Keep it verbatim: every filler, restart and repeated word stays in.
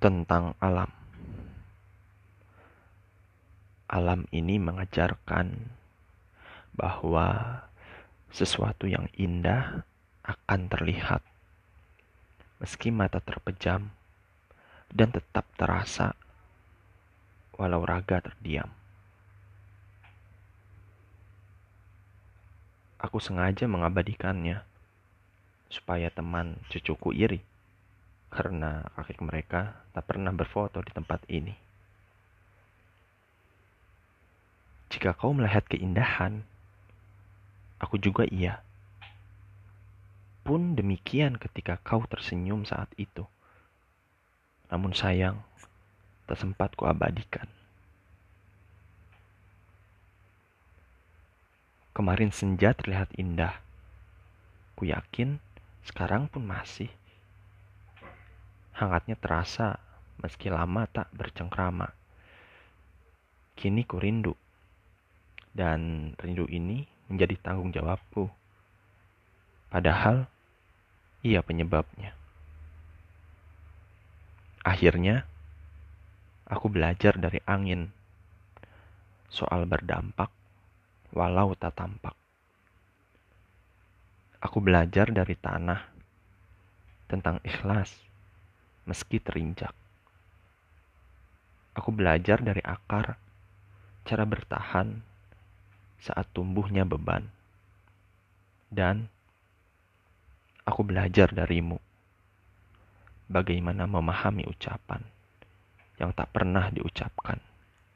tentang alam. Alam ini mengajarkan bahwa sesuatu yang indah akan terlihat meski mata terpejam dan tetap terasa walau raga terdiam. Aku sengaja mengabadikannya supaya teman cucuku iri karena kakek mereka tak pernah berfoto di tempat ini. Jika kau melihat keindahan, aku juga iya. Pun demikian ketika kau tersenyum saat itu. Namun sayang, tak sempat kuabadikan. Kemarin senja terlihat indah. Ku yakin sekarang pun masih. Hangatnya terasa meski lama tak bercengkrama. Kini ku rindu. Dan rindu ini menjadi tanggung jawabku. Padahal ia penyebabnya. Akhirnya, aku belajar dari angin. Soal berdampak walau tak tampak. Aku belajar dari tanah tentang ikhlas meski terinjak. Aku belajar dari akar cara bertahan saat tumbuhnya beban. Dan aku belajar darimu bagaimana memahami ucapan yang tak pernah diucapkan.